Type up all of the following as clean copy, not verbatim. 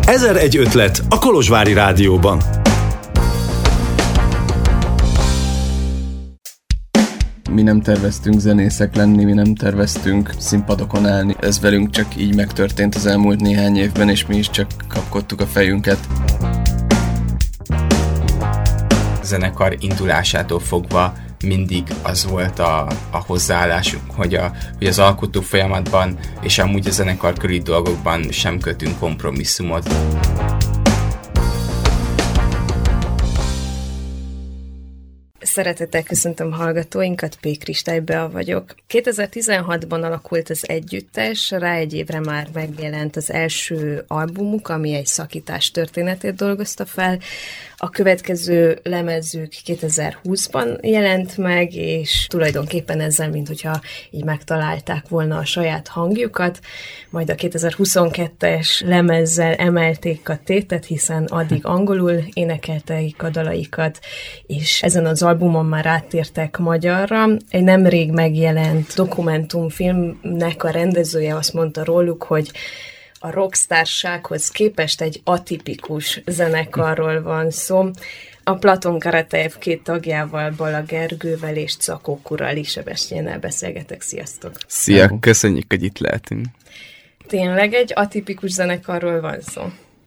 1001 ötlet a Kolozsvári Rádióban. Mi nem terveztünk zenészek lenni, mi nem terveztünk színpadokon állni. Ez velünk csak így megtörtént az elmúlt néhány évben, és mi is csak kapkodtuk a fejünket. A zenekar indulásától fogva mindig az volt a hozzáállásunk, hogy az alkotó folyamatban és amúgy a zenekar körüli dolgokban sem kötünk kompromisszumot. Szeretettel köszöntöm hallgatóinkat, P. Kristály Bea vagyok. 2016-ban alakult az együttes, rá egy évre már megjelent az első albumuk, ami egy szakítás történetét dolgozta fel. A következő lemezük 2020-ban jelent meg, és tulajdonképpen ezzel, minthogyha így megtalálták volna a saját hangjukat, majd a 2022-es lemezzel emelték a tétet, hiszen addig angolul énekelték a dalaikat, és ezen az albumon már áttértek magyarra. Egy nemrég megjelent dokumentumfilmnek a rendezője azt mondta róluk, hogy a rockstársághoz képest egy atipikus zenekarról van szó. A Platon Karatejev két tagjával, Bala Gergővel és Czakó Kurali Sebestyénnel beszélgetek. Sziasztok! Szia! Köszönjük, hogy itt lehetünk. Tényleg egy atipikus zenekarról van szó?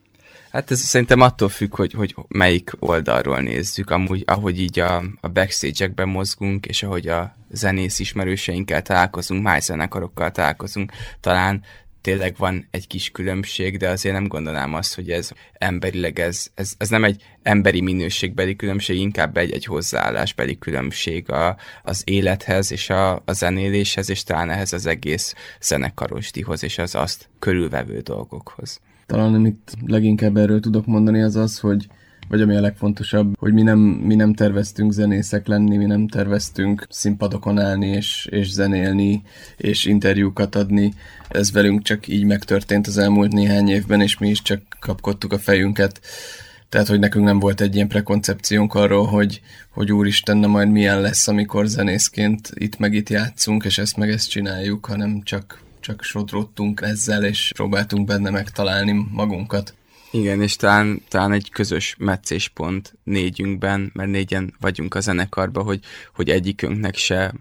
Hát ez szerintem attól függ, hogy melyik oldalról nézzük. Amúgy, ahogy így a backstage-ekben mozgunk, és ahogy a zenész ismerőseinkkel találkozunk, más zenekarokkal találkozunk, talán tényleg van egy kis különbség, de azért nem gondolnám azt, hogy ez emberileg, ez nem egy emberi minőségbeli különbség, inkább egy hozzáállásbeli különbség az élethez és a zenéléshez, és talán ehhez az egész zenekarosdihoz és az azt körülvevő dolgokhoz. Talán amit leginkább erről tudok mondani az, hogy vagy ami a legfontosabb, hogy mi nem terveztünk zenészek lenni, mi nem terveztünk színpadokon állni és zenélni, és interjúkat adni. Ez velünk csak így megtörtént az elmúlt néhány évben, és mi is csak kapkodtuk a fejünket. Tehát, hogy nekünk nem volt egy ilyen prekoncepciónk arról, hogy úristen, na majd milyen lesz, amikor zenészként itt játszunk, és ezt csináljuk, hanem csak sodródtunk ezzel, és próbáltunk benne megtalálni magunkat. Igen, és talán egy közös meccéspont négyünkben, mert négyen vagyunk a zenekarban, hogy egyikünknek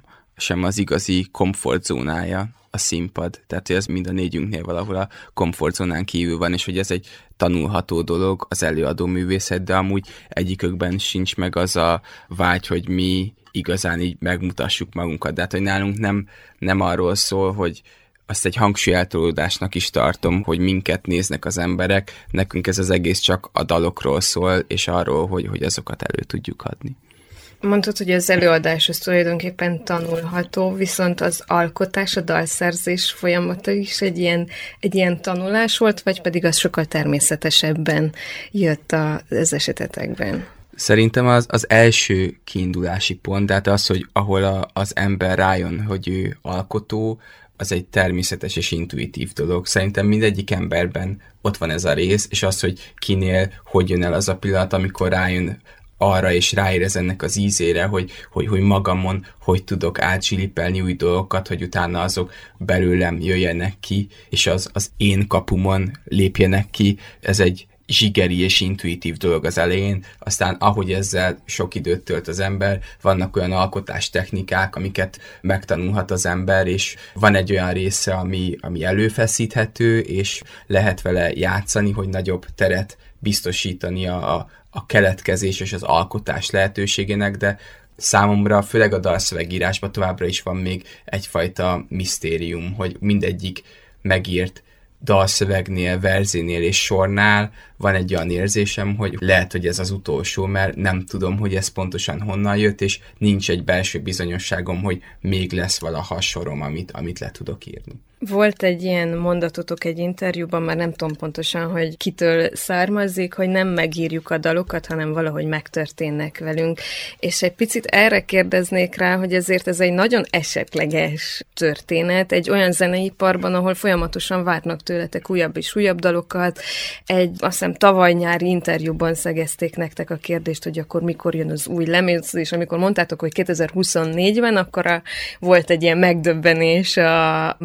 sem az igazi komfortzónája a színpad. Tehát, hogy ez mind a négyünknél valahol a komfortzónán kívül van, és hogy ez egy tanulható dolog, az előadó művészet, de amúgy egyikükben sincs meg az a vágy, hogy mi igazán így megmutassuk magunkat. De hát, hogy nálunk nem arról szól, hogy azt egy hangsúlyeltolódásnak is tartom, hogy minket néznek az emberek, nekünk ez az egész csak a dalokról szól, és arról, hogy azokat elő tudjuk adni. Mondtad, hogy az előadás az tulajdonképpen tanulható, viszont az alkotás, a dalszerzés folyamata is egy ilyen tanulás volt, vagy pedig az sokkal természetesebben jött az esetetekben? Szerintem az első kiindulási pont, tehát az, hogy ahol az ember rájön, hogy ő alkotó, az egy természetes és intuitív dolog. Szerintem mindegyik emberben ott van ez a rész, és az, hogy kinél hogy jön el az a pillanat, amikor rájön arra, és ráérez ennek az ízére, hogy magamon hogy tudok átsilipelni új dolgokat, hogy utána azok belőlem jöjjenek ki, és az én kapumon lépjenek ki. Ez egy zsigeri és intuitív dolog az elején, aztán ahogy ezzel sok időt tölt az ember, vannak olyan alkotástechnikák, amiket megtanulhat az ember, és van egy olyan része, ami előfeszíthető, és lehet vele játszani, hogy nagyobb teret biztosítani a keletkezés és az alkotás lehetőségének, de számomra, főleg a dalszövegírásban továbbra is van még egyfajta misztérium, hogy mindegyik megírt dalszövegnél, verzénél és sornál van egy olyan érzésem, hogy lehet, hogy ez az utolsó, mert nem tudom, hogy ez pontosan honnan jött, és nincs egy belső bizonyosságom, hogy még lesz valaha a sorom, amit le tudok írni. Volt egy ilyen mondatotok egy interjúban, már nem tudom pontosan, hogy kitől származik, hogy nem megírjuk a dalokat, hanem valahogy megtörténnek velünk. És egy picit erre kérdeznék rá, hogy ezért ez egy nagyon esetleges történet, egy olyan zeneiparban, ahol folyamatosan várnak tőletek újabb és újabb dalokat. Azt hiszem tavaly nyári interjúban szegezték nektek a kérdést, hogy akkor mikor jön az új lemez, és amikor mondtátok, hogy 2024-ben, akkor volt egy ilyen megdöbbenés a műsorvezető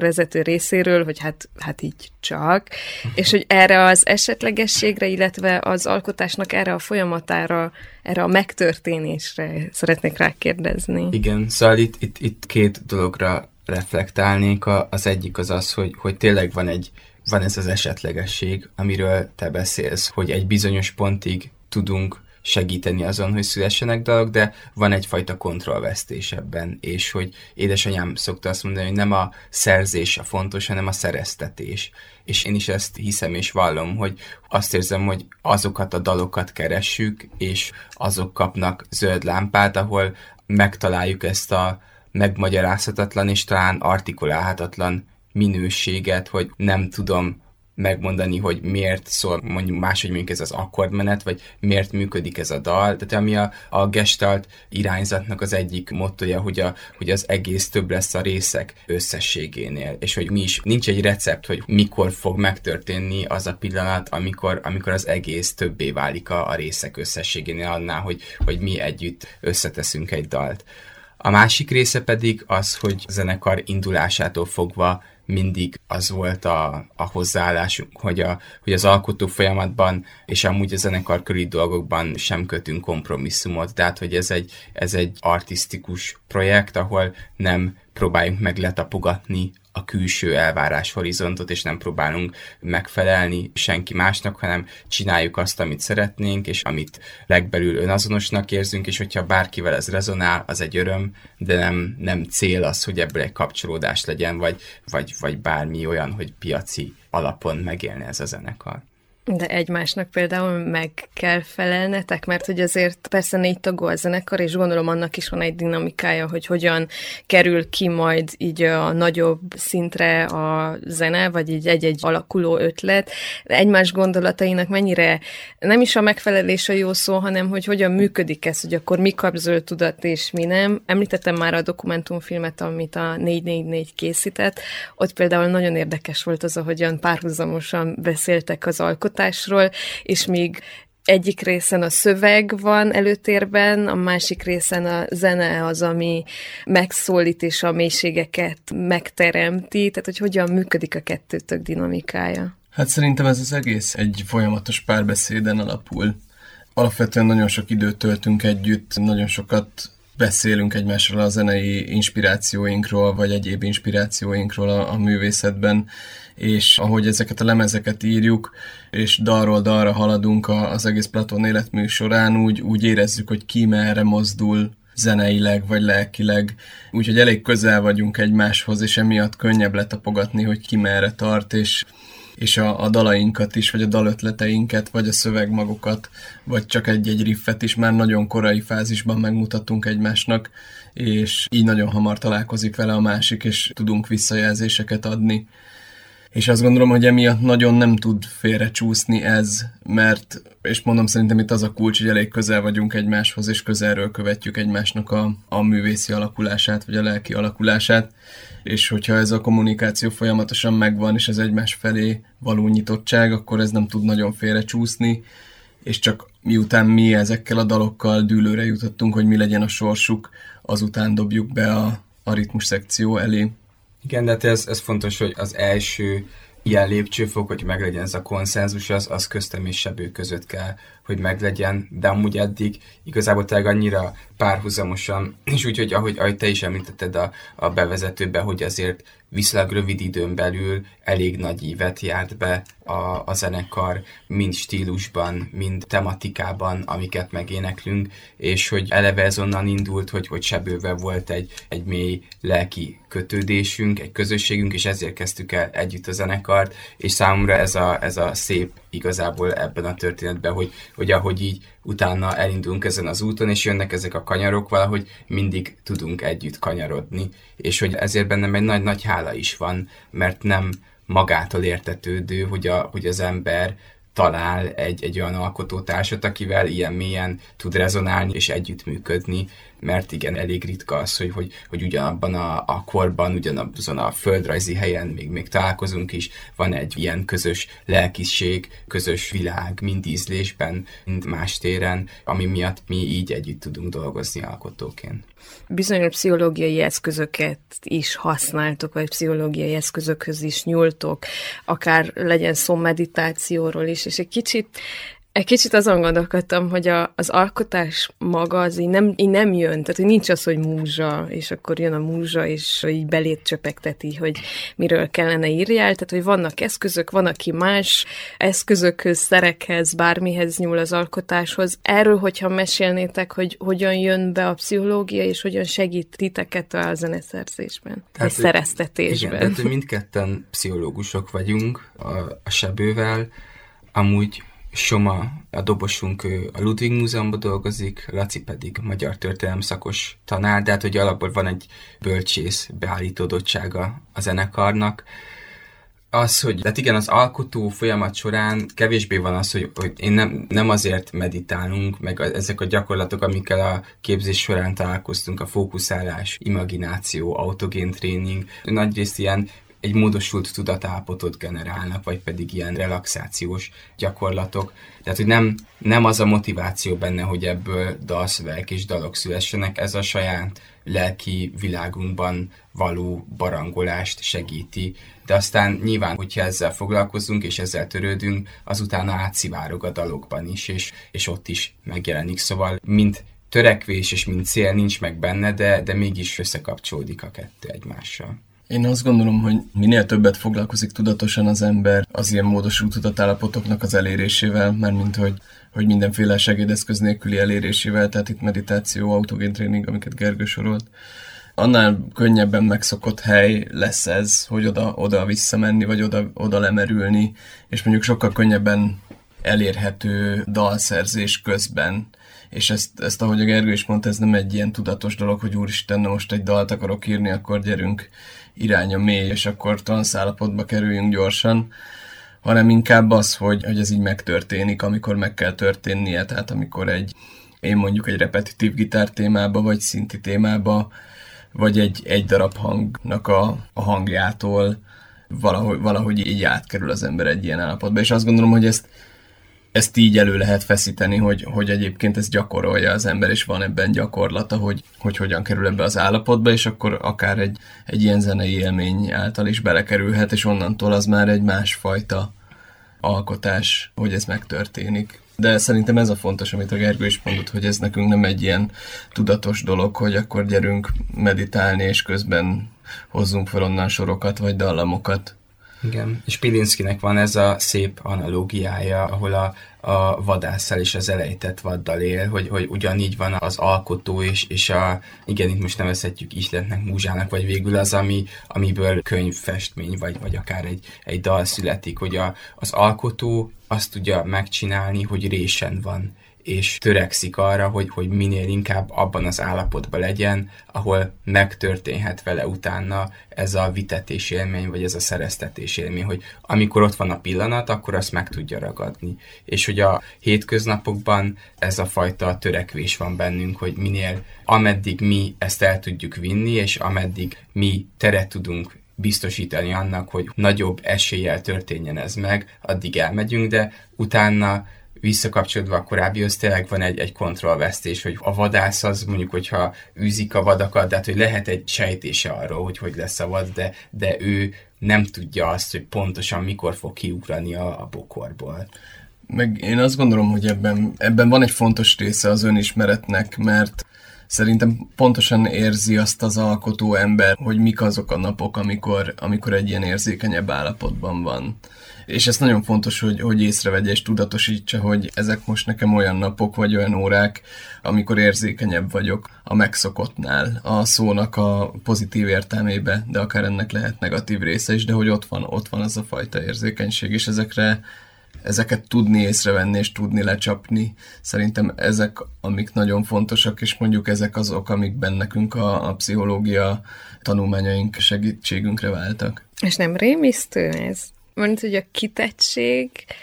bevezető részéről, hogy hát így csak, és hogy erre az esetlegességre, illetve az alkotásnak erre a folyamatára, erre a megtörténésre szeretnék rákérdezni. Igen, szóval itt két dologra reflektálnék. Az egyik az, hogy tényleg van ez az esetlegesség, amiről te beszélsz, hogy egy bizonyos pontig tudunk segíteni azon, hogy szülessenek dalok, de van egyfajta kontrollvesztés ebben, és hogy édesanyám szokta azt mondani, hogy nem a szerzés a fontos, hanem a szereztetés. És én is ezt hiszem és vallom, hogy azt érzem, hogy azokat a dalokat keressük, és azok kapnak zöld lámpát, ahol megtaláljuk ezt a megmagyarázhatatlan és talán artikulálhatatlan minőséget, hogy nem tudom megmondani, hogy miért szól mondjuk máshogy mondjuk ez az akkordmenet, vagy miért működik ez a dal. Tehát ami a gestalt irányzatnak az egyik mottoja, hogy az egész több lesz a részek összességénél, és hogy mi is nincs egy recept, hogy mikor fog megtörténni az a pillanat, amikor az egész többé válik a részek összességénél annál, hogy mi együtt összeteszünk egy dalt. A másik része pedig az, hogy a zenekar indulásától fogva mindig az volt a hozzáállásunk, hogy az alkotó folyamatban és amúgy a zenekar körüli dolgokban sem kötünk kompromisszumot. Tehát, hogy ez egy artisztikus projekt, ahol nem próbáljunk meg letapogatni a külső elvárás horizontot, és nem próbálunk megfelelni senki másnak, hanem csináljuk azt, amit szeretnénk, és amit legbelül önazonosnak érzünk, és hogyha bárkivel ez rezonál, az egy öröm, de nem cél az, hogy ebből egy kapcsolódás legyen, vagy bármi olyan, hogy piaci alapon megélne ez a zenekar. De egymásnak például meg kell felelnetek, mert hogy azért persze 4 tagú a zenekar, és gondolom annak is van egy dinamikája, hogy hogyan kerül ki majd így a nagyobb szintre a zene, vagy így egy-egy alakuló ötlet. De egymás gondolatainak mennyire nem is a megfelelés a jó szó, hanem hogy hogyan működik ez, hogy akkor mi kap zöld tudat és mi nem. Említettem már a dokumentumfilmet, amit a 444 készített. Ott például nagyon érdekes volt az, ahogyan párhuzamosan beszéltek az alkotásról, és míg egyik részen a szöveg van előtérben, a másik részen a zene az, ami megszólít és a mélységeket megteremti, tehát hogy hogyan működik a kettőtök dinamikája. Hát szerintem ez az egész egy folyamatos párbeszéden alapul. Alapvetően nagyon sok időt töltünk együtt, nagyon sokat beszélünk egymásról a zenei inspirációinkról, vagy egyéb inspirációinkról a művészetben, és ahogy ezeket a lemezeket írjuk, és dalról dalra haladunk az egész Platón életmű során, úgy érezzük, hogy ki merre mozdul zeneileg, vagy lelkileg. Úgyhogy elég közel vagyunk egymáshoz, és emiatt könnyebb letapogatni, hogy ki merre tart, és a dalainkat is, vagy a dalötleteinket, vagy a szövegmagokat, vagy csak egy-egy riffet is már nagyon korai fázisban megmutatunk egymásnak, és így nagyon hamar találkozik vele a másik, és tudunk visszajelzéseket adni. És azt gondolom, hogy emiatt nagyon nem tud félrecsúszni ez, mert, és mondom, szerintem itt az a kulcs, hogy elég közel vagyunk egymáshoz, és közelről követjük egymásnak a művészi alakulását, vagy a lelki alakulását, és hogyha ez a kommunikáció folyamatosan megvan, és az egymás felé való nyitottság, akkor ez nem tud nagyon félrecsúszni, és csak miután mi ezekkel a dalokkal dűlőre jutottunk, hogy mi legyen a sorsuk, azután dobjuk be a ritmus szekció elé. Igen, de ez fontos, hogy az első ilyen lépcsőfok, hogy meglegyen ez a konszenzus, az köztem és Sebő között kell, hogy meglegyen, de amúgy eddig igazából tényleg annyira párhuzamosan, és úgyhogy ahogy te is említetted a bevezetőben, hogy azért viszonylag rövid időn belül elég nagy ívet járt be a zenekar, mind stílusban, mind tematikában, amiket megéneklünk, és hogy eleve ez onnan indult, hogy Sebővel volt egy mély lelki kötődésünk, egy közösségünk, és ezért kezdtük el együtt a zenekart, és számomra ez a szép igazából ebben a történetben, hogy ahogy így utána elindulunk ezen az úton, és jönnek ezek a kanyarok, valahogy mindig tudunk együtt kanyarodni, és hogy ezért bennem egy nagy-nagy hála is van, mert nem magától értetődő, hogy az ember talál egy olyan alkotótársat, akivel ilyen mélyen tud rezonálni és együttműködni, mert igen, elég ritka az, hogy ugyanabban a korban, ugyanazon a földrajzi helyen még találkozunk is, van egy ilyen közös lelkiség, közös világ, mind ízlésben, mind más téren, ami miatt mi így együtt tudunk dolgozni alkotóként. Bizonyos pszichológiai eszközöket is használtok, vagy pszichológiai eszközökhöz is nyúltok, akár legyen szó meditációról is, és egy kicsit azon gondolkodtam, hogy az alkotás maga az így nem jön, tehát hogy nincs az, hogy múzsa, és akkor jön a múzsa, és így belét csöpegteti, hogy miről kellene írjál, tehát hogy vannak eszközök, van, aki más eszközökhöz, szerekhez, bármihez nyúl az alkotáshoz. Erről, hogyha mesélnétek, hogy hogyan jön be a pszichológia, és hogyan segít titeket a zeneszerzésben, vagy szereztetésben. Igen, tehát mindketten pszichológusok vagyunk a Sebővel, amúgy Soma, a dobosunk, a Ludwig Múzeumban dolgozik, Laci pedig magyar történelem szakos tanár, de hát hogy alapból van egy bölcsész beállítódottsága a zenekarnak. Az, hogy tehát igen, az alkotó folyamat során kevésbé van az, hogy én nem azért meditálunk, meg ezek a gyakorlatok, amikkel a képzés során találkoztunk, a fókuszálás, imagináció, autogén tréning, nagyrészt ilyen egy módosult tudatállapotot generálnak, vagy pedig ilyen relaxációs gyakorlatok. Tehát, hogy nem az a motiváció benne, hogy ebből dalszövegek és dalok szülessenek, ez a saját lelki világunkban való barangolást segíti. De aztán nyilván, hogyha ezzel foglalkozunk és ezzel törődünk, azután átszivárog a dalokban is, és ott is megjelenik. Szóval mint törekvés és mint cél nincs meg benne, de mégis összekapcsolódik a kettő egymással. Én azt gondolom, hogy minél többet foglalkozik tudatosan az ember az ilyen módosult tudatállapotoknak az elérésével, mármint hogy mindenféle segédeszköz nélküli elérésével, tehát itt meditáció, autogén tréning, amiket Gergő sorolt, annál könnyebben megszokott hely lesz ez, hogy oda visszamenni, vagy oda lemerülni, és mondjuk sokkal könnyebben elérhető dalszerzés közben. És ezt ahogy a Gergő is mondta, ez nem egy ilyen tudatos dolog, hogy úristen, na most egy dalt akarok írni, akkor gyerünk irány a mély, és akkor transzállapotba kerüljünk gyorsan, hanem inkább az, hogy ez így megtörténik, amikor meg kell történnie, tehát amikor én mondjuk egy repetitív gitár témába, vagy szinti témába, vagy egy darab hangnak a hangjától valahogy így átkerül az ember egy ilyen állapotba. És azt gondolom, hogy ezt így elő lehet feszíteni, hogy egyébként ezt gyakorolja az ember, és van ebben gyakorlata, hogy hogyan kerül ebbe az állapotba, és akkor akár egy ilyen zenei élmény által is belekerülhet, és onnantól az már egy másfajta alkotás, hogy ez megtörténik. De szerintem ez a fontos, amit a Gergő is mondott, hogy ez nekünk nem egy ilyen tudatos dolog, hogy akkor gyerünk meditálni, és közben hozzunk fel onnan sorokat, vagy dallamokat. Igen, és Pilinszkinek van ez a szép analógiája, ahol a vadásszal és az elejtett vaddal él, hogy ugyanígy van az alkotó, és igen, itt most nevezhetjük ihletnek, múzsának, vagy végül az, amiből könyv, festmény, vagy akár egy dal születik, hogy az alkotó azt tudja megcsinálni, hogy résen van, és törekszik arra, hogy minél inkább abban az állapotban legyen, ahol megtörténhet vele utána ez a vitetés élmény, vagy ez a szereztetés élmény, hogy amikor ott van a pillanat, akkor azt meg tudja ragadni. És hogy a hétköznapokban ez a fajta törekvés van bennünk, hogy ameddig mi ezt el tudjuk vinni, és ameddig mi teret tudunk biztosítani annak, hogy nagyobb eséllyel történjen ez meg, addig elmegyünk, de utána visszakapcsolódva a korábbihoz tényleg van egy kontrollvesztés, hogy a vadász az mondjuk, hogyha űzik a vadakat, de hát, hogy lehet egy sejtése arról, hogy lesz a vad, de ő nem tudja azt, hogy pontosan mikor fog kiugrani a bokorból. Meg én azt gondolom, hogy ebben van egy fontos része az önismeretnek, mert szerintem pontosan érzi azt az alkotó ember, hogy mik azok a napok, amikor egy ilyen érzékenyebb állapotban van. És ez nagyon fontos, hogy észrevegye és tudatosítsa, hogy ezek most nekem olyan napok, vagy olyan órák, amikor érzékenyebb vagyok a megszokottnál, a szónak a pozitív értelmébe, de akár ennek lehet negatív része is, de hogy ott van az a fajta érzékenység, és ezeket tudni észrevenni és tudni lecsapni. Szerintem ezek, amik nagyon fontosak, és mondjuk ezek azok, amikben nekünk a pszichológia tanulmányaink segítségünkre váltak. És nem rémisztő ez? Mondjuk, hogy a kitettség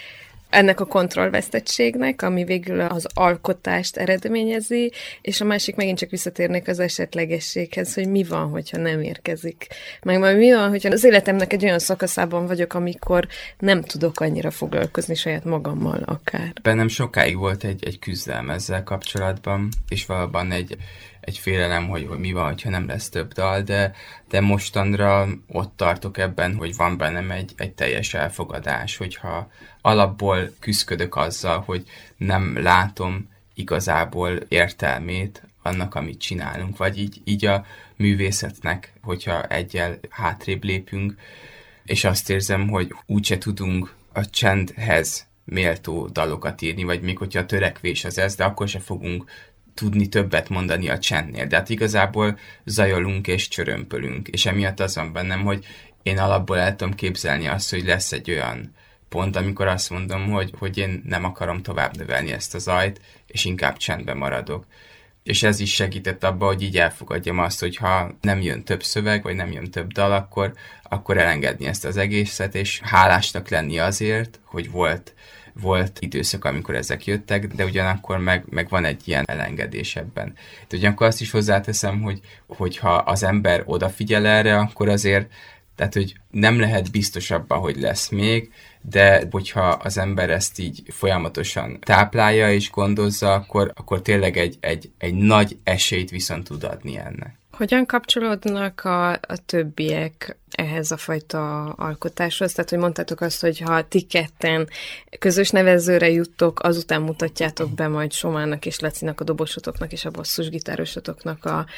ennek a kontrollvesztettségnek, ami végül az alkotást eredményezi, és a másik megint csak visszatérnék az esetlegességhez, hogy mi van, hogyha nem érkezik. Meg majd mi van, hogyha az életemnek egy olyan szakaszában vagyok, amikor nem tudok annyira foglalkozni saját magammal akár. Bennem sokáig volt egy küzdelem ezzel kapcsolatban, és valóban egy félelem, hogy mi van, hogyha nem lesz több dal, de mostanra ott tartok ebben, hogy van bennem egy teljes elfogadás, hogyha alapból küszködök azzal, hogy nem látom igazából értelmét annak, amit csinálunk, vagy így a művészetnek, hogyha egyel hátrébb lépünk, és azt érzem, hogy úgyse tudunk a csendhez méltó dalokat írni, vagy még hogyha a törekvés az ez, de akkor se fogunk tudni többet mondani a csendnél. De hát igazából zajolunk és csörömpölünk, és emiatt az van bennem, hogy én alapból el tudom képzelni azt, hogy lesz egy olyan pont, amikor azt mondom, hogy én nem akarom tovább növelni ezt a zajt, és inkább csendben maradok. És ez is segített abba, hogy így elfogadjam azt, hogy ha nem jön több szöveg, vagy nem jön több dal, akkor elengedni ezt az egészet, és hálásnak lenni azért, hogy volt időszak, amikor ezek jöttek, de ugyanakkor meg van egy ilyen elengedés ebben. De ugyanakkor azt is hozzáteszem, hogy ha az ember odafigyel erre, akkor azért, tehát hogy nem lehet biztos abban, hogy lesz még, de hogyha az ember ezt így folyamatosan táplálja és gondozza, akkor tényleg egy nagy esélyt viszont tud adni ennek. Hogyan kapcsolódnak a többiek ehhez a fajta alkotáshoz? Tehát, hogy mondtátok azt, hogy ha ti ketten közös nevezőre juttok, azután mutatjátok be majd Somának és Lacinak, a dobosotoknak és a basszusgitárosotoknak a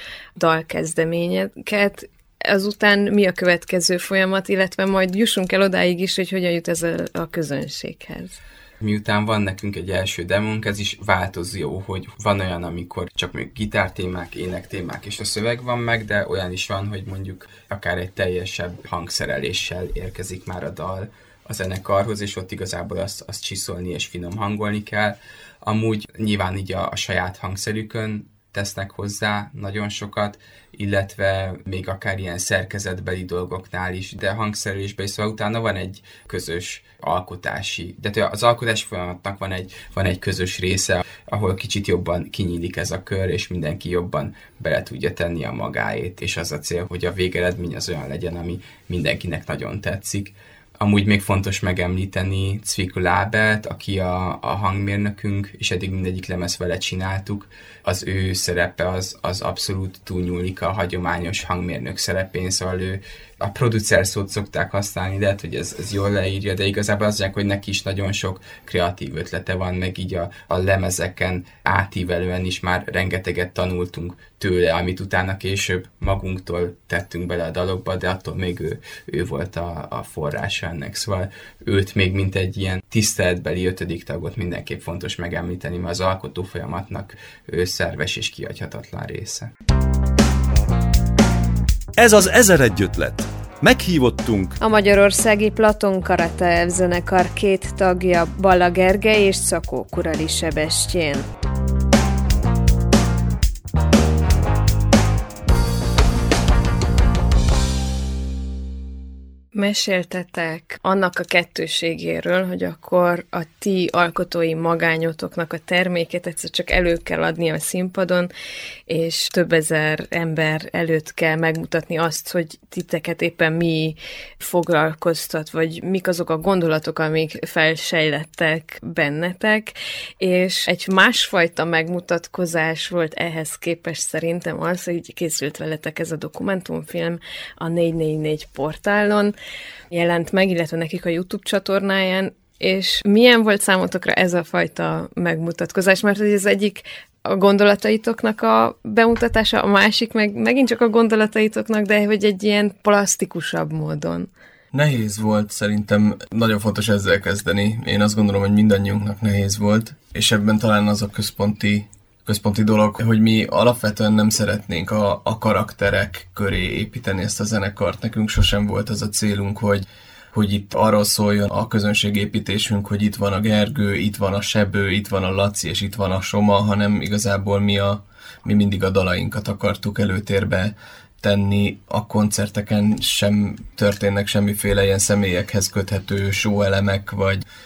dalkezdeményeket. Azután mi a következő folyamat, illetve majd jussunk el odáig is, hogy hogyan jut ez a közönséghez. Miután van nekünk egy első demónk, ez is változó, hogy van olyan, amikor csak még gitártémák, énektémák és a szöveg van meg, de olyan is van, hogy mondjuk akár egy teljesebb hangszereléssel érkezik már a dal a zenekarhoz, és ott igazából azt csiszolni és finom hangolni kell. Amúgy nyilván így a saját hangszerükön tesznek hozzá nagyon sokat, illetve még akár ilyen szerkezetbeli dolgoknál is, de hangszerelésben is, szóval utána van egy közös alkotási, de az alkotási folyamatnak van egy közös része, ahol kicsit jobban kinyílik ez a kör, és mindenki jobban bele tudja tenni a magáét, és az a cél, hogy a végeredmény az olyan legyen, ami mindenkinek nagyon tetszik. Amúgy még fontos megemlíteni Cvikl Ábelt, aki a hangmérnökünk, és eddig mindegyik lemez vele csináltuk. Az ő szerepe az abszolút túlnyúlik a hagyományos hangmérnök szerepén, szóval ő a producer szót szokták használni, de lehet, hogy ez jól leírja, de igazából az mondják, hogy neki is nagyon sok kreatív ötlete van, meg így a lemezeken átívelően is már rengeteget tanultunk tőle, amit utána később magunktól tettünk bele a dalokba, de attól még ő volt a forrása ennek. Szóval őt még mint egy ilyen tiszteletbeli 5. tagot mindenképp fontos megemlíteni, mert az alkotó folyamatnak ő szerves és kihagyhatatlan része. Ez az 1001 ötlet. Meghívottunk a magyarországi Platon Karateev zenekar 2 tagja, Balla Gergely és Szakó Kurali Sebestyén. Meséltetek annak a kettőségéről, hogy akkor a ti alkotói magányotoknak a terméket egyszer csak elő kell adni a színpadon, és több ezer ember előtt kell megmutatni azt, hogy titeket éppen mi foglalkoztat, vagy mik azok a gondolatok, amik felsejlettek bennetek, és egy másfajta megmutatkozás volt ehhez képest szerintem az, hogy készült veletek ez a dokumentumfilm a 444 portálon, jelent meg, illetve nekik a YouTube csatornáján, és milyen volt számotokra ez a fajta megmutatkozás? Mert ez egyik a gondolataitoknak a bemutatása, a másik megint csak a gondolataitoknak, de hogy egy ilyen plastikusabb módon. Nehéz volt, szerintem nagyon fontos ezzel kezdeni. Én azt gondolom, hogy mindannyiunknak nehéz volt, és ebben talán az a központi dolog, hogy mi alapvetően nem szeretnénk a karakterek köré építeni ezt a zenekart. Nekünk sosem volt az a célunk, hogy itt arról szóljon a közönségépítésünk, hogy itt van a Gergő, itt van a Sebő, itt van a Laci, és itt van a Soma, hanem igazából mi mindig a dalainkat akartuk előtérbe tenni. A koncerteken sem történnek semmiféle ilyen személyekhez köthető show elemek, vagy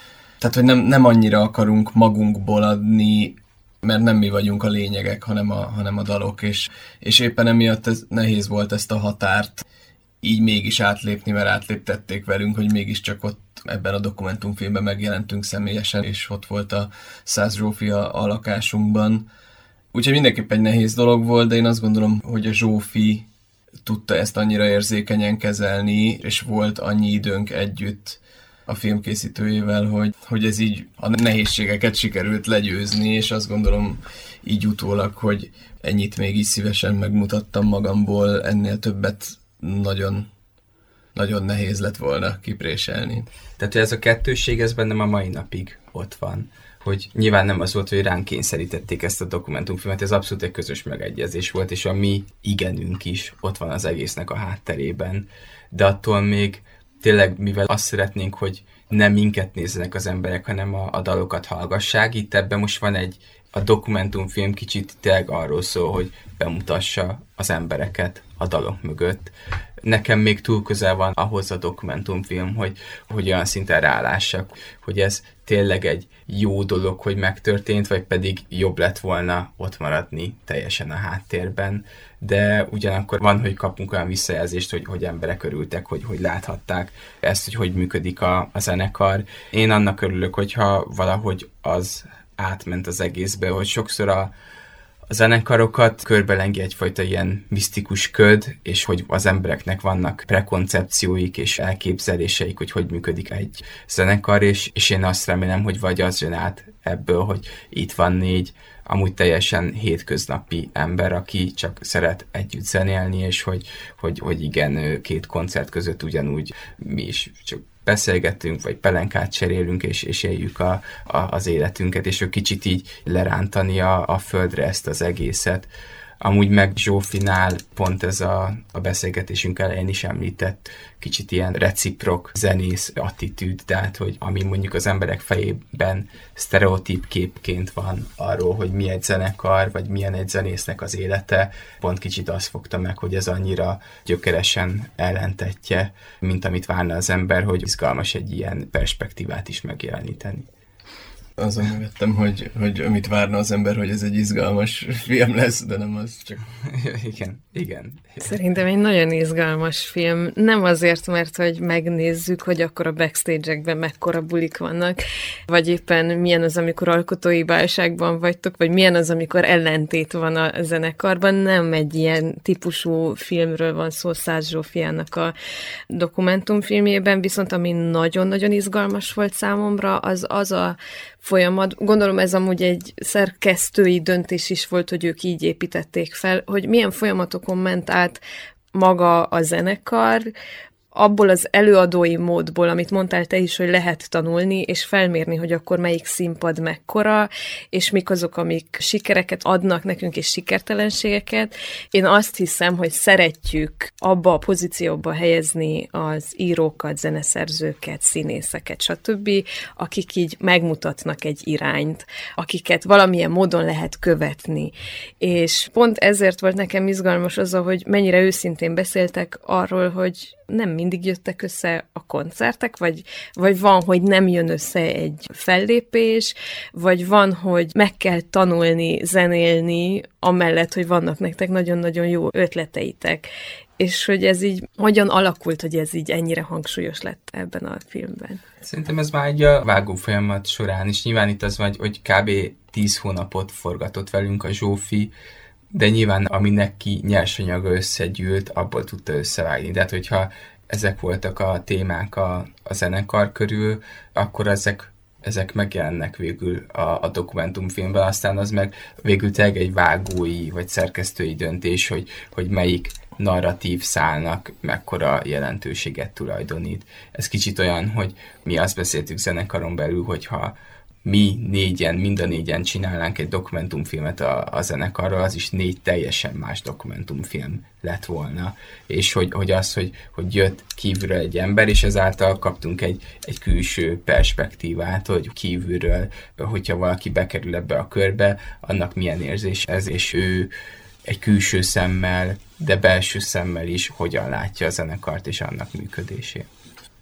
Tehát, hogy nem annyira akarunk magunkból adni, mert nem mi vagyunk a lényegek, hanem a dalok, és éppen emiatt nehéz volt ezt a határt így mégis átlépni, mert átléptették velünk, hogy mégiscsak ott ebben a dokumentumfilmben megjelentünk személyesen, és ott volt a Szász Zsófi a lakásunkban. Úgyhogy mindenképp egy nehéz dolog volt, de én azt gondolom, hogy a Zsófi tudta ezt annyira érzékenyen kezelni, és volt annyi időnk együtt a filmkészítőjével, hogy ez így a nehézségeket sikerült legyőzni, és azt gondolom így utólag, hogy ennyit még így szívesen megmutattam magamból, ennél többet nagyon, nagyon nehéz lett volna kipréselni. Tehát ez a kettősség, ez bennem a mai napig ott van. Hogy nyilván nem az volt, hogy ránk kényszerítették ezt a dokumentumfilmet, ez abszolút egy közös megegyezés volt, és a mi igenünk is ott van az egésznek a hátterében. De attól még tényleg, mivel azt szeretnénk, hogy nem minket nézzenek az emberek, hanem a dalokat hallgassák, itt ebben most van a dokumentumfilm kicsit tényleg arról szól, hogy bemutassa az embereket a dalok mögött. Nekem még túl közel van ahhoz a dokumentumfilm, hogy olyan szinten rálássak, hogy ez tényleg egy jó dolog, hogy megtörtént, vagy pedig jobb lett volna ott maradni teljesen a háttérben. De ugyanakkor van, hogy kapunk olyan visszajelzést, hogy emberek örültek, hogy láthatták ezt, hogy működik a zenekar. Én annak örülök, hogyha valahogy az átment az egészbe, hogy sokszor a zenekarokat körbelengi egyfajta ilyen misztikus köd, és hogy az embereknek vannak prekoncepcióik és elképzeléseik, hogy működik egy zenekar, és én azt remélem, hogy vagy az jön át ebből, hogy itt van 4 amúgy teljesen hétköznapi ember, aki csak szeret együtt zenélni, és hogy igen, 2 koncert között ugyanúgy mi is csak beszélgetünk, vagy pelenkát cserélünk, és éljük az életünket, és ő kicsit így lerántani a földre ezt az egészet. Amúgy meg Zsófinál pont ez a beszélgetésünk elején is említett kicsit ilyen reciprok zenész attitűd, tehát hogy ami mondjuk az emberek fejében sztereotíp képként van arról, hogy mi egy zenekar, vagy milyen egy zenésznek az élete, pont kicsit azt fogta meg, hogy ez annyira gyökeresen ellentetje, mint amit várna az ember, hogy izgalmas egy ilyen perspektívát is megjeleníteni. Azon megvettem, hogy amit várna az ember, hogy ez egy izgalmas film lesz, de nem az csak... Igen. Szerintem egy nagyon izgalmas film. Nem azért, mert hogy megnézzük, hogy akkor a backstage-ekben mekkora bulik vannak, vagy éppen milyen az, amikor alkotói válságban vagytok, vagy milyen az, amikor ellentét van a zenekarban. Nem egy ilyen típusú filmről van szó Szász Zsófiának a dokumentumfilmjében, viszont ami nagyon-nagyon izgalmas volt számomra, az a folyamat. Gondolom ez amúgy egy szerkesztői döntés is volt, hogy ők így építették fel, hogy milyen folyamatokon ment át maga a zenekar, abból az előadói módból, amit mondtál te is, hogy lehet tanulni, és felmérni, hogy akkor melyik színpad mekkora, és mik azok, amik sikereket adnak nekünk, és sikertelenségeket. Én azt hiszem, hogy szeretjük abba a pozícióba helyezni az írókat, zeneszerzőket, színészeket, stb., akik így megmutatnak egy irányt, akiket valamilyen módon lehet követni. És pont ezért volt nekem izgalmas az, hogy mennyire őszintén beszéltek arról, hogy nem mindig jöttek össze a koncertek, vagy van, hogy nem jön össze egy fellépés, vagy van, hogy meg kell tanulni, zenélni, amellett, hogy vannak nektek nagyon-nagyon jó ötleteitek. És hogy ez így hogyan alakult, hogy ez így ennyire hangsúlyos lett ebben a filmben? Szerintem ez már egy a vágó folyamat során is. Nyilván itt az van, hogy kb. 10 hónapot forgatott velünk a Zsófi, de nyilván ami neki nyersanyaga összegyűlt, abból tudta összevágni. De hát, hogyha ezek voltak a témák a zenekar körül, akkor ezek megjelennek végül a dokumentumfilmben, aztán az meg végül tényleg egy vágói vagy szerkesztői döntés, hogy melyik narratív szálnak mekkora jelentőséget tulajdonít. Ez kicsit olyan, hogy mi azt beszéltük zenekaron belül, hogyha mi mind a négyen csinálnánk egy dokumentumfilmet a zenekarról, az is 4 teljesen más dokumentumfilm lett volna. És hogy jött kívülről egy ember, és ezáltal kaptunk egy külső perspektívát, hogy kívülről, hogyha valaki bekerül ebbe a körbe, annak milyen érzés ez, és ő egy külső szemmel, de belső szemmel is hogyan látja a zenekart és annak működését.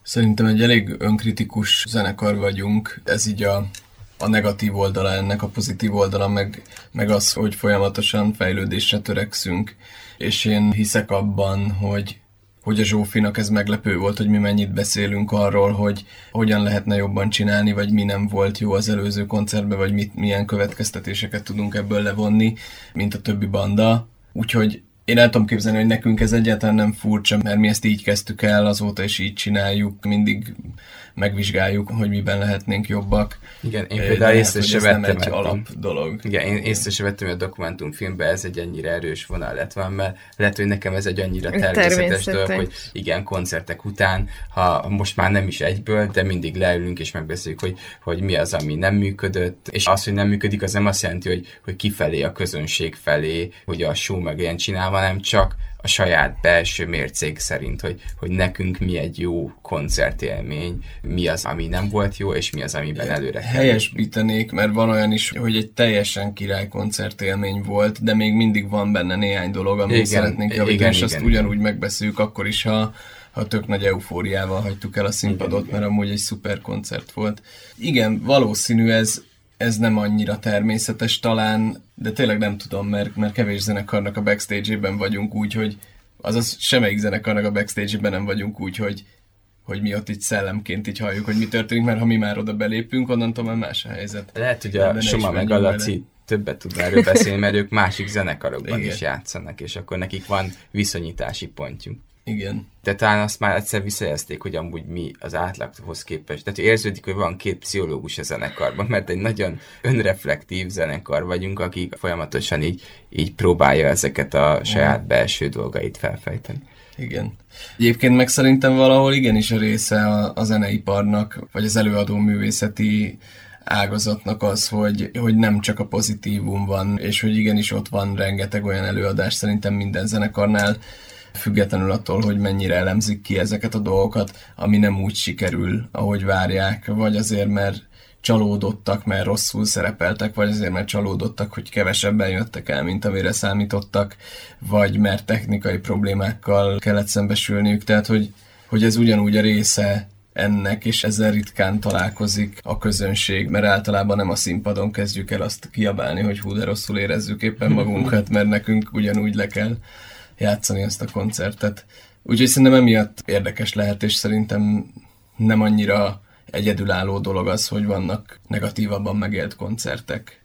Szerintem egy elég önkritikus zenekar vagyunk, ez így a negatív oldala ennek, a pozitív oldala meg az, hogy folyamatosan fejlődésre törekszünk. És én hiszek abban, hogy a Zsófinak ez meglepő volt, hogy mi mennyit beszélünk arról, hogy hogyan lehetne jobban csinálni, vagy mi nem volt jó az előző koncertben, vagy milyen következtetéseket tudunk ebből levonni, mint a többi banda. Úgyhogy én el tudom képzelni, hogy nekünk ez egyáltalán nem furcsa, mert mi ezt így kezdtük el, azóta is így csináljuk, mindig megvizsgáljuk, hogy miben lehetnénk jobbak. Igen, én például észre se vettem. Ez nem egy alap dolog. Igen, én észre se vettem, hogy a dokumentumfilmben ez egy ennyire erős vonal lett van, mert lehet, hogy nekem ez egy annyira természetes dolog, hogy igen, koncertek után, ha most már nem is egyből, de mindig leülünk és megbeszéljük, hogy mi az, ami nem működött, és az, hogy nem működik, az nem azt jelenti, hogy kifelé, a közönség felé, hogy a show meg ilyen csinálva, hanem csak a saját belső mércék szerint, hogy nekünk mi egy jó koncertélmény, mi az, ami nem volt jó, és mi az, amiben előre kell. Helyesbítenék, mert van olyan is, hogy egy teljesen király koncertélmény volt, de még mindig van benne néhány dolog, amit szeretnénk javítani, és azt ugyanúgy megbeszéljük akkor is, ha tök nagy eufóriával hagytuk el a színpadot, mert amúgy egy szuper koncert volt. Igen, valószínű ez nem annyira természetes talán, de tényleg nem tudom, mert kevés zenekarnak a backstage-ében vagyunk úgy, hogy azaz semmelyik zenekarnak a backstage-ben nem vagyunk úgy, hogy mi ott így szellemként így halljuk, hogy mi történik, mert ha mi már oda belépünk, onnantól már más a helyzet. Lehet, hogy a Soma meg a Laci többet tud erről beszélni, mert ők másik zenekarokban is játszanak, és akkor nekik van viszonyítási pontjuk. Igen. De talán azt már egyszer visszajelezték, hogy amúgy mi az átlaghoz képest. Tehát érződik, hogy van két pszichológus a zenekarban, mert egy nagyon önreflektív zenekar vagyunk, akik folyamatosan így próbálja ezeket a saját belső dolgait felfejteni. Igen. Egyébként meg szerintem valahol igenis a része a zeneiparnak, vagy az előadó művészeti ágazatnak az, hogy nem csak a pozitívum van, és hogy igenis ott van rengeteg olyan előadás szerintem minden zenekarnál, függetlenül attól, hogy mennyire elemzik ki ezeket a dolgokat, ami nem úgy sikerül, ahogy várják, vagy azért, mert csalódottak, mert rosszul szerepeltek, vagy azért, mert csalódottak, hogy kevesebben jöttek el, mint amire számítottak, vagy mert technikai problémákkal kellett szembesülniük, tehát hogy ez ugyanúgy a része ennek, és ezzel ritkán találkozik a közönség, mert általában nem a színpadon kezdjük el azt kiabálni, hogy hú, de rosszul érezzük éppen magunkat, mert nekünk ugyanúgy le kell játszani ezt a koncertet. Úgyhogy szerintem emiatt érdekes lehet, és szerintem nem annyira egyedülálló dolog az, hogy vannak negatívabban megélt koncertek.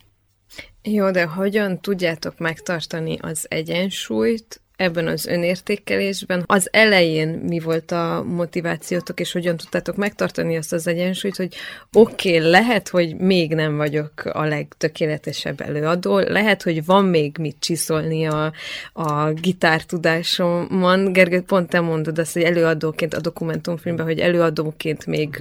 Jó, de hogyan tudjátok megtartani az egyensúlyt ebben az önértékelésben? Az elején mi volt a motivációtok, és hogyan tudtátok megtartani azt az egyensúlyt, hogy oké, lehet, hogy még nem vagyok a legtökéletesebb előadó, lehet, hogy van még mit csiszolni a gitártudásomon. Gergő, pont te mondod azt, hogy előadóként a dokumentumfilmben, hogy előadóként még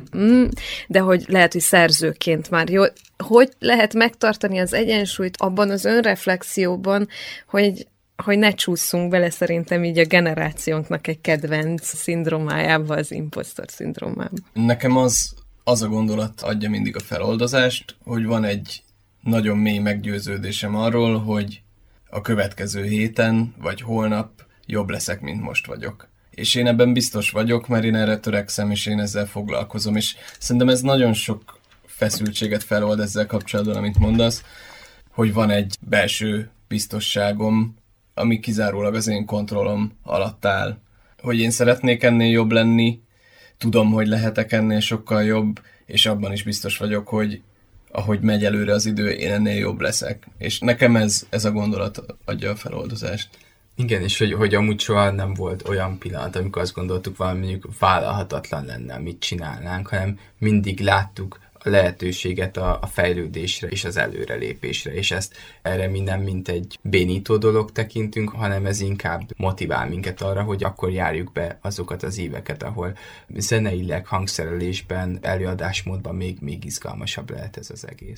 de hogy lehet, hogy szerzőként már jó. Hogy lehet megtartani az egyensúlyt abban az önreflexióban, hogy ne csúszunk bele szerintem így a generációnknak egy kedvenc szindrómájába, az impostor szindrómába. Nekem az a gondolat adja mindig a feloldozást, hogy van egy nagyon mély meggyőződésem arról, hogy a következő héten vagy holnap jobb leszek, mint most vagyok. És én ebben biztos vagyok, mert én erre törekszem, és én ezzel foglalkozom, és szerintem ez nagyon sok feszültséget felold ezzel kapcsolatban, amit mondasz, hogy van egy belső biztosságom, ami kizárólag az én kontrollom alatt áll. Hogy én szeretnék ennél jobb lenni, tudom, hogy lehetek ennél sokkal jobb, és abban is biztos vagyok, hogy ahogy megy előre az idő, én ennél jobb leszek. És nekem ez a gondolat adja a feloldozást. Igen, és hogy amúgy soha nem volt olyan pillanat, amikor azt gondoltuk, valami mondjuk vállalhatatlan lenne, amit csinálnánk, hanem mindig láttuk a lehetőséget a fejlődésre és az előrelépésre, és ezt erre mi nem mint egy bénító dolog tekintünk, hanem ez inkább motivál minket arra, hogy akkor járjuk be azokat az éveket, ahol zeneileg, hangszerelésben, előadásmódban még izgalmasabb lehet ez az egész.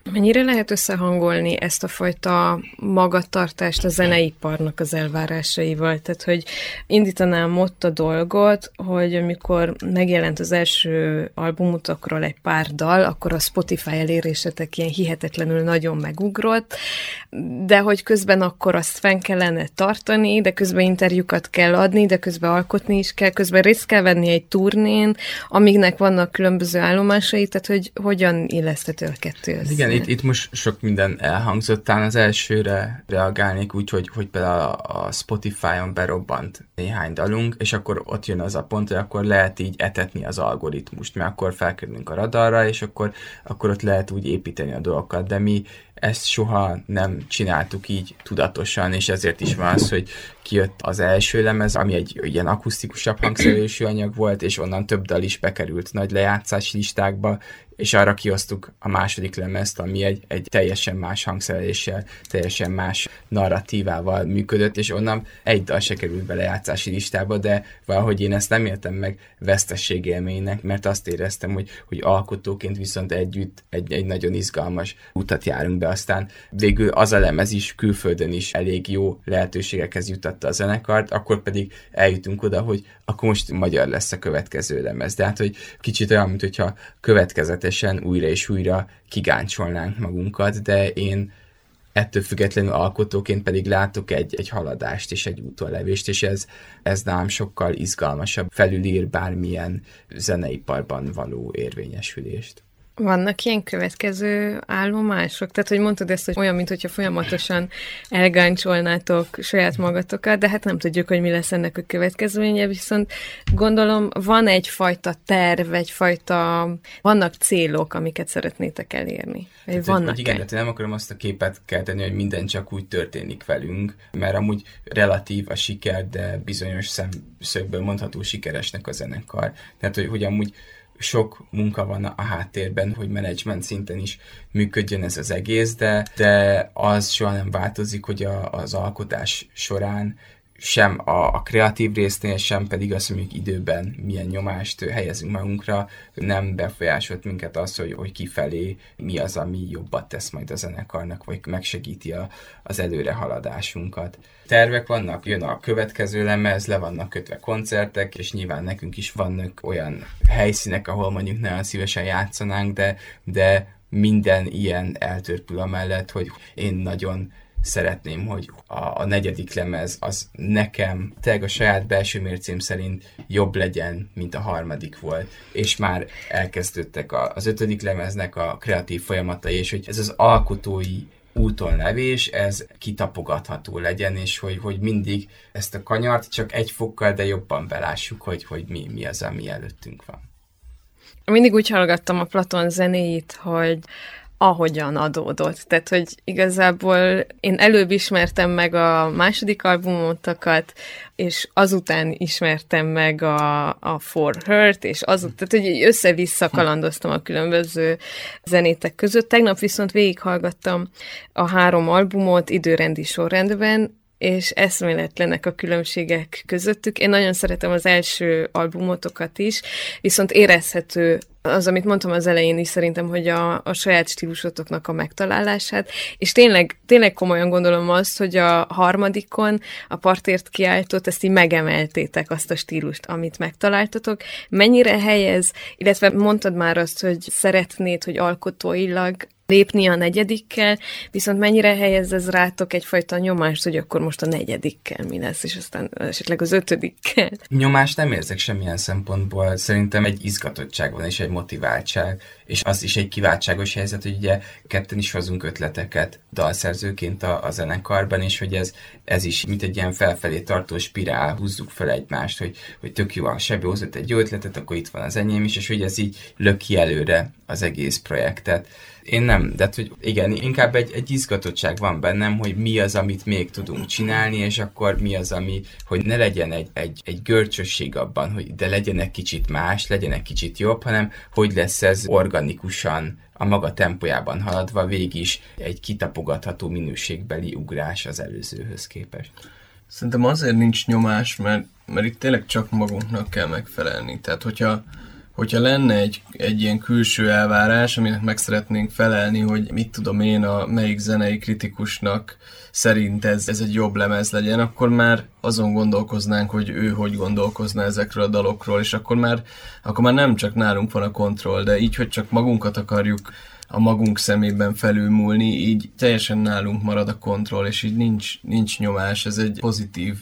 Mennyire lehet összehangolni ezt a fajta magatartást a zeneiparnak az elvárásaival? Tehát, hogy indítanám ott a dolgot, hogy amikor megjelent az első albumutokról egy pár dal, akkor a Spotify elérésetek ilyen hihetetlenül nagyon megugrott, de hogy közben akkor azt fenn kellene tartani, de közben interjúkat kell adni, de közben alkotni is kell, közben részt kell venni egy turnén, amiknek vannak különböző állomásai, tehát hogy hogyan illeszthető a kettő össze? Igen, itt most sok minden elhangzott, talán az elsőre reagálnék úgy, hogy például a Spotify-on berobbant néhány dalunk, és akkor ott jön az a pont, hogy akkor lehet így etetni az algoritmust, mert akkor felkerülünk a radarra, és akkor ott lehet úgy építeni a dolgokat, de mi ezt soha nem csináltuk így tudatosan, és ezért is van az, hogy kijött az első lemez, ami egy ilyen akusztikusabb hangszerelésű anyag volt, és onnan több dal is bekerült nagy lejátszási listákba, és arra kiosztuk a második lemezt, ami egy teljesen más hangszereléssel, teljesen más narratívával működött, és onnan egy dal se került be lejátszási listába, de valahogy én ezt nem éltem meg vesztességélménynek, mert azt éreztem, hogy alkotóként viszont együtt egy nagyon izgalmas utat járunk be, aztán végül az a lemez is külföldön is elég jó lehetőségekhez jutatta a zenekart, akkor pedig eljutunk oda, hogy akkor most magyar lesz a következő lemez. De hát, hogy kicsit olyan, mint hogyha következetesen újra és újra kigáncsolnánk magunkat, de én ettől függetlenül alkotóként pedig látok egy haladást és egy útonlevést, és ez nálam sokkal izgalmasabb, felülír bármilyen zeneiparban való érvényesülést. Vannak ilyen következő állomások? Tehát, hogy mondtad ezt, hogy olyan, mintha folyamatosan elgáncsolnátok saját magatokat, de hát nem tudjuk, hogy mi lesz ennek a következménye, viszont gondolom van egyfajta terv, vannak célok, amiket szeretnétek elérni. Hát, hogy igen, de nem akarom azt a képet kelteni, hogy minden csak úgy történik velünk, mert amúgy relatív a siker, de bizonyos szemszögből mondható sikeresnek a zenekar. Tehát, hogy amúgy sok munka van a háttérben, hogy menedzsment szinten is működjön ez az egész, de az soha nem változik, hogy az alkotás során sem a kreatív résznél, sem pedig azt mondjuk időben milyen nyomást helyezünk magunkra, nem befolyásolt minket az, hogy kifelé mi az, ami jobbat tesz majd a zenekarnak, vagy megsegíti az előrehaladásunkat. Tervek vannak, jön a következő lemez, le vannak kötve koncertek, és nyilván nekünk is vannak olyan helyszínek, ahol mondjuk nagyon szívesen játszanánk, de minden ilyen eltörpül amellett, hogy én nagyon szeretném, hogy a negyedik lemez az nekem tényleg a saját belső mércém szerint jobb legyen, mint a harmadik volt. És már elkezdődtek az ötödik lemeznek a kreatív folyamatai, és hogy ez az alkotói útonlevés, ez kitapogatható legyen, és hogy mindig ezt a kanyart csak egy fokkal, de jobban belássuk, hogy mi az, ami előttünk van. Mindig úgy hallgattam a Platon zenéit, hogy ahogyan adódott. Tehát, hogy igazából én előbb ismertem meg a második albumotokat, és azután ismertem meg a For Hurt, és tehát, hogy össze-vissza kalandoztam a különböző zenétek között. Tegnap viszont végighallgattam a 3 albumot időrendi sorrendben, és eszméletlenek a különbségek közöttük. Én nagyon szeretem az első albumotokat is, viszont érezhető az, amit mondtam az elején is szerintem, hogy a saját stílusotoknak a megtalálását, és tényleg komolyan gondolom azt, hogy a harmadikon a Partért kiáltott, ezt így megemeltétek azt a stílust, amit megtaláltatok. Mennyire helyez, illetve mondtad már azt, hogy szeretnéd, hogy alkotóilag lépni a negyedikkel, viszont mennyire helyez ez rátok egyfajta nyomást, hogy akkor most a negyedikkel mi lesz, és aztán esetleg az 5-dikkel? Nyomást nem érzek semmilyen szempontból. Szerintem egy izgatottság van, és egy motiváltság, és az is egy kiváltságos helyzet, hogy ugye ketten is hozunk ötleteket dalszerzőként a zenekarban, és hogy ez is mint egy ilyen felfelé tartó spirál, húzzuk fel egymást, hogy tök jó, a Sebi hozott egy jó ötletet, akkor itt van az enyém is, és hogy ez így löki előre az egész projektet. Én nem, de hogy igen, inkább egy izgatottság van bennem, hogy mi az, amit még tudunk csinálni, és akkor mi az, hogy ne legyen egy görcsösség abban, hogy de legyen egy kicsit más, legyen egy kicsit jobb, hanem hogy lesz ez organikusan, a maga tempójában haladva végig is egy kitapogatható minőségbeli ugrás az előzőhöz képest. Szerintem azért nincs nyomás, mert itt tényleg csak magunknak kell megfelelni. Tehát, hogyha hogyha lenne egy ilyen külső elvárás, aminek meg szeretnénk felelni, hogy mit tudom én, a melyik zenei kritikusnak szerint ez egy jobb lemez legyen, akkor már azon gondolkoznánk, hogy ő hogy gondolkozna ezekről a dalokról, és akkor már nem csak nálunk van a kontroll, de így, hogy csak magunkat akarjuk a magunk szemében felülmúlni, így teljesen nálunk marad a kontroll, és így nincs nyomás. Ez egy pozitív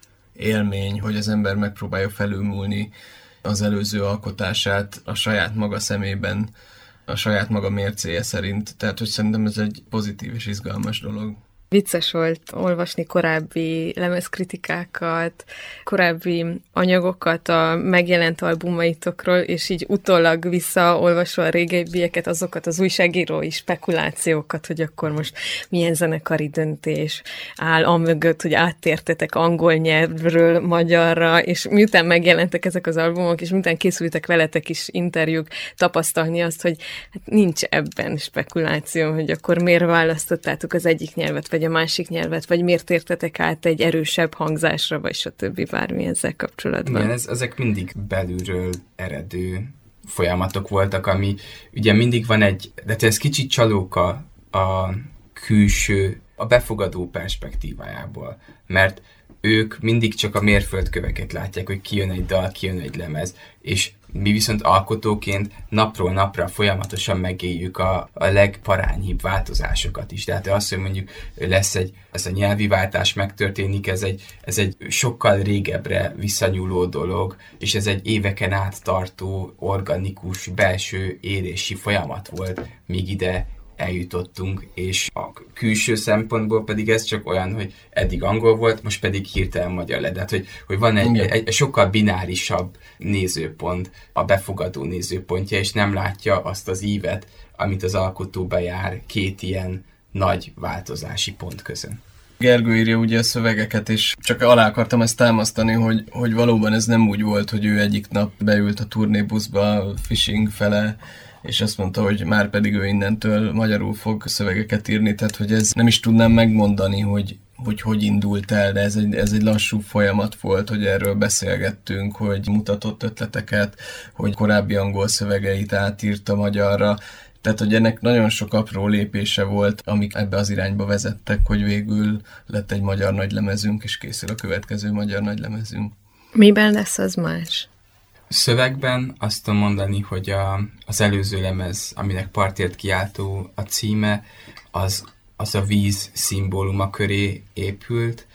élmény, hogy az ember megpróbálja felülmúlni az előző alkotását a saját maga szemében, a saját maga mércéje szerint. Tehát, hogy szerintem ez egy pozitív és izgalmas dolog. Vicces volt olvasni korábbi lemezkritikákat, korábbi anyagokat a megjelent albumaitokról, és így utólag visszaolvasva a régebbieket, azokat az újságírói spekulációkat, hogy akkor most milyen zenekari döntés áll amögött, hogy áttértetek angol nyelvről magyarra, és miután megjelentek ezek az albumok, és miután készültek veletek is interjúk, tapasztalni azt, hogy hát nincs ebben spekuláció, hogy akkor miért választottátok az egyik nyelvet, vagy a másik nyelvet, vagy miért tértetek át egy erősebb hangzásra, vagy stb. Bármi ezzel kapcsolatban. Igen, ezek mindig belülről eredő folyamatok voltak, ami ugye mindig van de ez kicsit csalóka a külső, a befogadó perspektívájából, mert ők mindig csak a mérföldköveket látják, hogy kijön egy dal, kijön egy lemez, és mi viszont alkotóként napról napra folyamatosan megéljük a legparányhibb változásokat is. Tehát az, hogy mondjuk ez a nyelvi váltás megtörténik, ez egy sokkal régebbre visszanyúló dolog, és ez egy éveken át tartó, organikus, belső érési folyamat volt, míg ide eljutottunk, és a külső szempontból pedig ez csak olyan, hogy eddig angol volt, most pedig hirtelen magyar lett. Tehát, hogy van egy sokkal binárisabb nézőpont, a befogadó nézőpontja, és nem látja azt az ívet, amit az alkotó bejár két ilyen nagy változási pont közön. Gergő írja ugye a szövegeket, és csak alá akartam ezt támasztani, hogy valóban ez nem úgy volt, hogy ő egyik nap beült a turnébuszba Fishing fele, és azt mondta, hogy már pedig ő innentől magyarul fog szövegeket írni, tehát hogy ez nem is tudnám megmondani, hogy indult el, de ez egy lassú folyamat volt, hogy erről beszélgettünk, hogy mutatott ötleteket, hogy korábbi angol szövegeit átírta magyarra, tehát hogy ennek nagyon sok apró lépése volt, amik ebbe az irányba vezettek, hogy végül lett egy magyar nagylemezünk, és készül a következő magyar nagylemezünk. Miben lesz az más? Szövegben azt tudom mondani, hogy az előző lemez, aminek Partért kiáltó a címe, az a víz szimbóluma köré épült,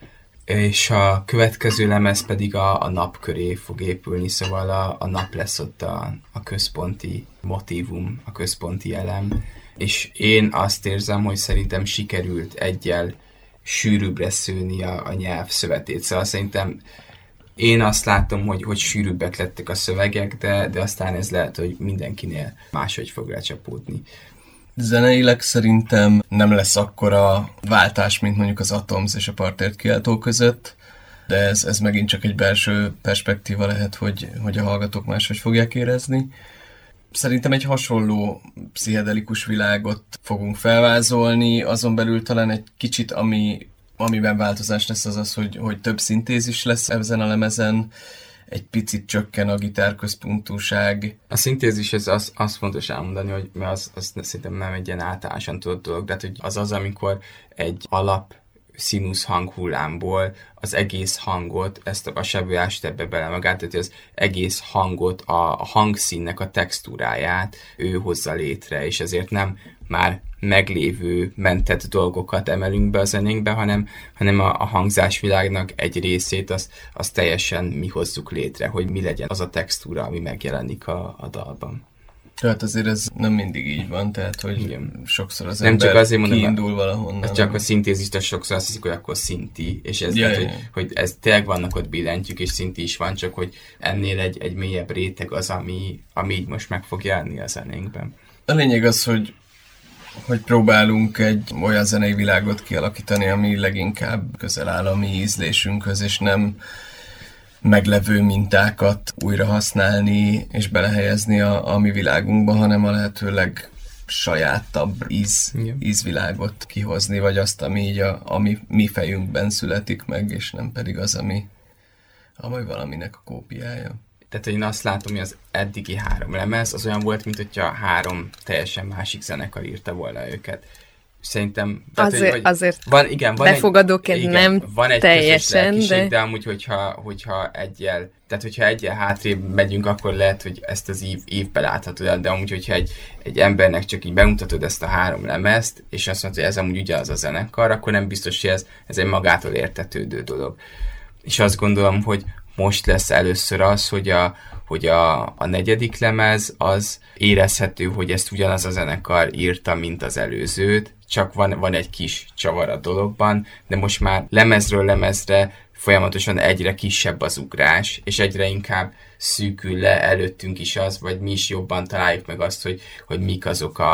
és a következő lemez pedig a nap köré fog épülni, szóval a nap lesz ott a központi motívum, a központi elem, és én azt érzem, hogy szerintem sikerült egyel sűrűbbre szőni a nyelv szövetét, szóval szerintem én azt látom, hogy sűrűbbek lettek a szövegek, de aztán ez lehet, hogy mindenkinél máshogy fog lecsapódni. Zeneileg szerintem nem lesz akkora váltás, mint mondjuk az Atoms és a Partért kiáltó között, de ez megint csak egy belső perspektíva lehet, hogy a hallgatók máshogy fogják érezni. Szerintem egy hasonló pszichedelikus világot fogunk felvázolni, azon belül talán egy kicsit, amiben változás lesz az, hogy több szintézis lesz ezen a lemezen, egy picit csökken a gitárközpontúság. A szintézis, az fontos elmondani, hogy mert az szerintem nem egy ilyen általánosan tudott dolog, de hogy az, amikor egy alap színusz hanghullámból az egész hangot, ezt a Sebő ást ebbe bele magát, tehát az egész hangot, a hangszínnek a textúráját ő hozza létre, és ezért nem már meglévő mentett dolgokat emelünk be a zenénkbe, hanem a hangzásvilágnak egy részét azt teljesen mi hozzuk létre, hogy mi legyen az a textúra, ami megjelenik a dalban. Tehát azért ez nem mindig így van, tehát hogy igen. Sokszor az nem ember csak azért mondom, kiindul valahonnan. Csak a szintézist sokszor azt hiszik, hogy akkor szinti, és ez hogy ez tényleg vannak ott billentyűk, és szinti is van, csak hogy ennél egy mélyebb réteg az, ami így most meg fog jelenni a zenénkben. A lényeg az, hogy próbálunk egy olyan zenei világot kialakítani, ami leginkább közel áll a mi ízlésünkhöz, és nem meglevő mintákat újra használni és belehelyezni a mi világunkba, hanem a lehető legsajátabb ízvilágot kihozni, vagy azt, ami így a mi fejünkben születik meg, és nem pedig az, ami valaminek a kópiája. Tehát, hogy én azt látom, hogy az eddigi 3 lemez az olyan volt, mint hogyha 3 teljesen másik zenekar írta volna őket. Szerintem... Azért van befogadóként nem van egy teljesen, lelkiség, de amúgy, hogyha egyel hátrébb megyünk, akkor lehet, hogy ezt az évbe láthatod, de amúgy, hogyha egy embernek csak így bemutatod ezt a 3 lemezt, és azt mondod, hogy ez amúgy ugyanaz a zenekar, akkor nem biztos, hogy ez egy magától értetődő dolog. És azt gondolom, hogy most lesz először az, hogy a 4. lemez az érezhető, hogy ezt ugyanaz a zenekar írta, mint az előzőt, csak van egy kis csavar a dologban, de most már lemezről lemezre folyamatosan egyre kisebb az ugrás, és egyre inkább szűkül le előttünk is az, vagy mi is jobban találjuk meg azt, hogy mik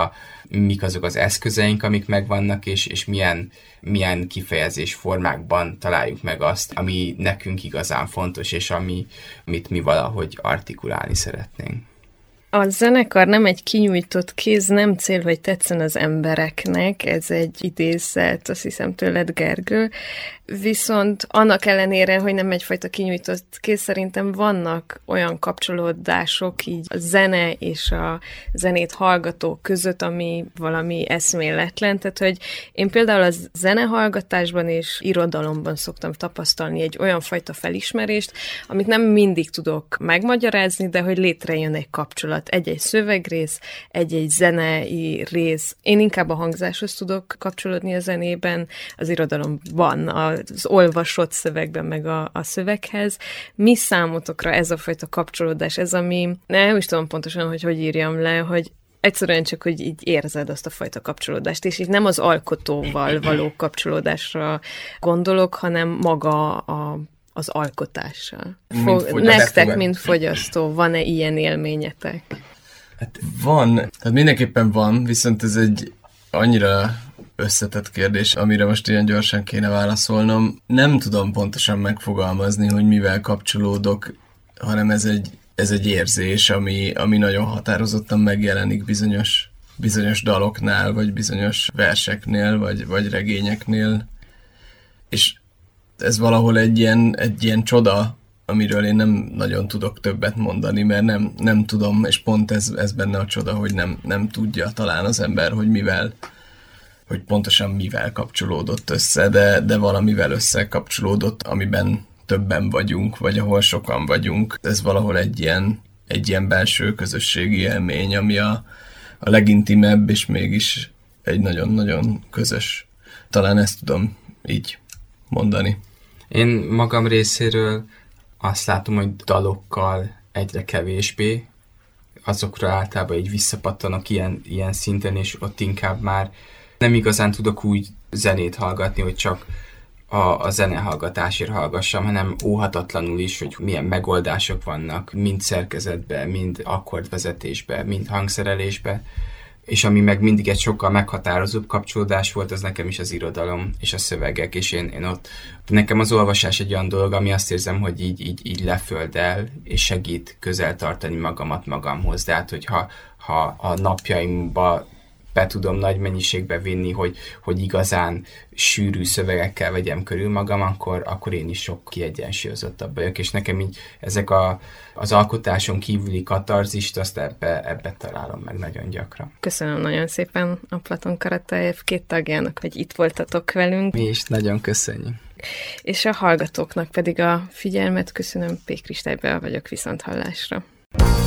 azok az eszközeink, amik megvannak, és milyen kifejezés formákban találjuk meg azt, ami nekünk igazán fontos, és amit mi valahogy artikulálni szeretnénk. A zenekar nem egy kinyújtott kéz, nem cél, hogy tetszen az embereknek, ez egy idézet, azt hiszem tőled, Gergő. Viszont annak ellenére, hogy nem egyfajta kinyújtott kéz, szerintem vannak olyan kapcsolódások így a zene és a zenét hallgató között, ami valami eszméletlen. Tehát, hogy én például a zenehallgatásban és irodalomban szoktam tapasztalni egy olyan fajta felismerést, amit nem mindig tudok megmagyarázni, de hogy létrejön egy kapcsolat. Egy-egy szövegrész, egy-egy zenei rész. Én inkább a hangzáshoz tudok kapcsolódni a zenében, az irodalomban, az olvasott szövegben, meg a szöveghez. Mi számotokra ez a fajta kapcsolódás? Ez, ami nem is tudom pontosan, hogy írjam le, hogy egyszerűen csak, hogy így érzed azt a fajta kapcsolódást, és így nem az alkotóval való kapcsolódásra gondolok, hanem maga az alkotással. Nektek, mint fogyasztó, van-e ilyen élményetek? Hát van, tehát mindenképpen van, viszont ez egy annyira összetett kérdés, amire most ilyen gyorsan kéne válaszolnom. Nem tudom pontosan megfogalmazni, hogy mivel kapcsolódok, hanem ez egy érzés, ami nagyon határozottan megjelenik bizonyos daloknál, vagy bizonyos verseknél, vagy regényeknél. És ez valahol egy ilyen csoda, amiről én nem nagyon tudok többet mondani, mert nem tudom, és pont ez benne a csoda, hogy nem tudja talán az ember, hogy pontosan mivel kapcsolódott össze, de valamivel összekapcsolódott, amiben többen vagyunk, vagy ahol sokan vagyunk. Ez valahol egy ilyen belső közösségi élmény, ami a legintimebb, és mégis egy nagyon-nagyon közös. Talán ezt tudom így mondani. Én magam részéről azt látom, hogy dalokkal egyre kevésbé, azokra általában így visszapattanok ilyen szinten, és ott inkább már nem igazán tudok úgy zenét hallgatni, hogy csak a zenehallgatásért hallgassam, hanem óhatatlanul is, hogy milyen megoldások vannak, mind szerkezetben, mind akkordvezetésben, mind hangszerelésben, és ami meg mindig egy sokkal meghatározóbb kapcsolódás volt, az nekem is az irodalom és a szövegek, és én ott, nekem az olvasás egy olyan dolog, ami azt érzem, hogy így leföldel, és segít közel tartani magamat magamhoz. Tehát, hogyha a napjaimba be tudom nagy mennyiségbe vinni, hogy igazán sűrű szövegekkel vegyem körül magam, akkor én is sok kiegyensúlyozottabb vagyok, és nekem így ezek az alkotáson kívüli katarzist, azt ebbe találom meg nagyon gyakran. Köszönöm nagyon szépen a Platon Karatájev 2 tagjának, hogy itt voltatok velünk. Mi is nagyon köszönjük. És a hallgatóknak pedig a figyelmet köszönöm. Pék Kristály Bea vagyok, viszonthallásra.